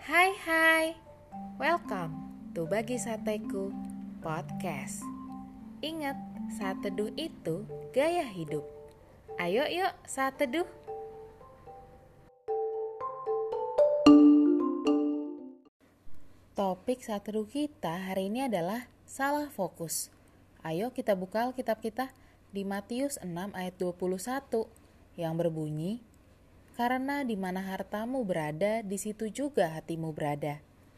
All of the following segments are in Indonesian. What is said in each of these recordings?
Hai, welcome to Bagi Sateku Podcast. Ingat, saat teduh itu gaya hidup. Ayo yuk saat teduh. Topik saat teduh kita hari ini adalah salah fokus. Ayo kita buka Alkitab kita di Matius 6 ayat 21 yang berbunyi, karena di mana hartamu berada, di situ juga hatimu berada.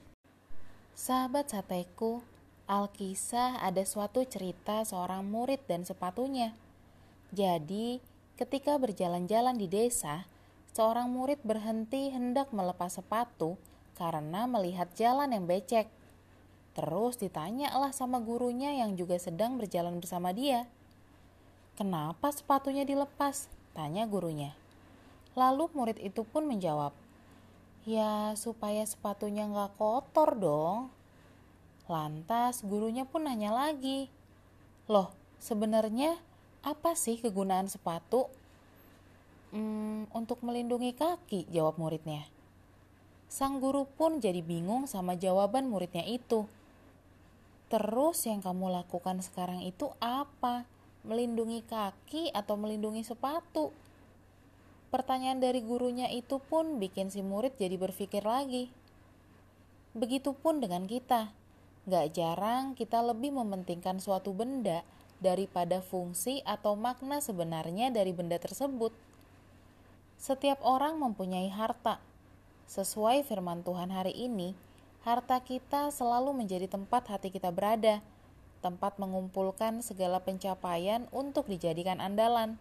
Sahabat sateku, Alkisah ada suatu cerita seorang murid dan sepatunya. Jadi, ketika berjalan-jalan di desa, seorang murid berhenti hendak melepas sepatu karena melihat jalan yang becek. Terus ditanyalah sama gurunya yang juga sedang berjalan bersama dia. "Kenapa sepatunya dilepas?" tanya gurunya. Lalu murid itu pun menjawab, "Ya supaya sepatunya gak kotor dong." Lantas gurunya pun nanya lagi, "Loh sebenarnya apa sih kegunaan sepatu?" Untuk melindungi kaki," jawab muridnya. Sang guru pun jadi bingung sama jawaban muridnya itu. "Terus yang kamu lakukan sekarang itu apa? Melindungi kaki atau melindungi sepatu?" Pertanyaan dari gurunya itu pun bikin si murid jadi berpikir lagi. Begitupun dengan kita. Gak jarang kita lebih mementingkan suatu benda daripada fungsi atau makna sebenarnya dari benda tersebut. Setiap orang mempunyai harta. Sesuai firman Tuhan hari ini, harta kita selalu menjadi tempat hati kita berada, tempat mengumpulkan segala pencapaian untuk dijadikan andalan.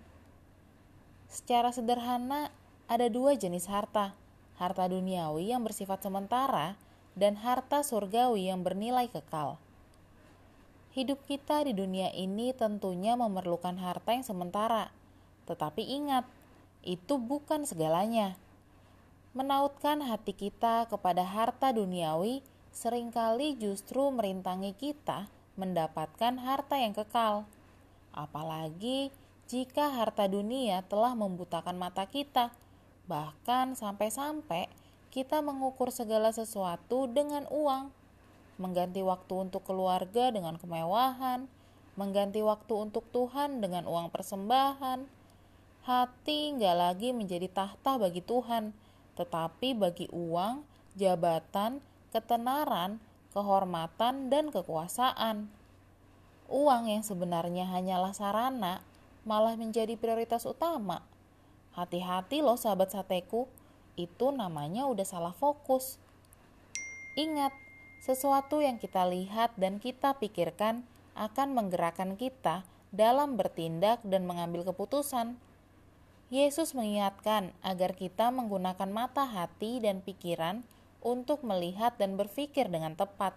Secara sederhana, ada dua jenis harta, harta duniawi yang bersifat sementara dan harta surgawi yang bernilai kekal. Hidup kita di dunia ini tentunya memerlukan harta yang sementara, tetapi ingat, itu bukan segalanya. Menautkan hati kita kepada harta duniawi seringkali justru merintangi kita mendapatkan harta yang kekal. Apalagi jika harta dunia telah membutakan mata kita, bahkan sampai-sampai kita mengukur segala sesuatu dengan uang, mengganti waktu untuk keluarga dengan kemewahan, mengganti waktu untuk Tuhan dengan uang persembahan. Hati gak lagi menjadi tahta bagi Tuhan, tetapi bagi uang, jabatan, ketenaran, kehormatan, dan kekuasaan. Uang yang sebenarnya hanyalah sarana, malah menjadi prioritas utama. Hati-hati loh sahabat sateku, itu namanya udah salah fokus. Ingat, sesuatu yang kita lihat dan kita pikirkan akan menggerakkan kita dalam bertindak dan mengambil keputusan. Yesus mengingatkan agar kita menggunakan mata hati dan pikiran untuk melihat dan berpikir dengan tepat.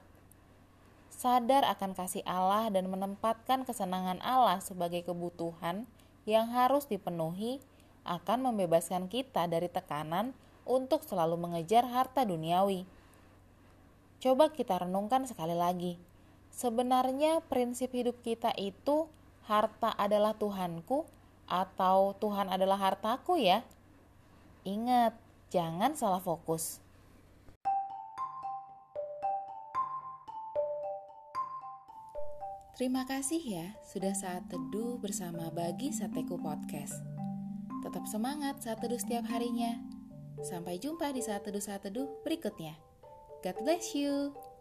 Sadar akan kasih Allah dan menempatkan kesenangan Allah sebagai kebutuhan yang harus dipenuhi akan membebaskan kita dari tekanan untuk selalu mengejar harta duniawi. Coba kita renungkan sekali lagi. Sebenarnya prinsip hidup kita itu harta adalah Tuhanku atau Tuhan adalah hartaku ya? Ingat, jangan salah fokus. Terima kasih ya sudah saat teduh bersama Bagi Sateku Podcast. Tetap semangat saat teduh setiap harinya. Sampai jumpa di saat teduh berikutnya. God bless you.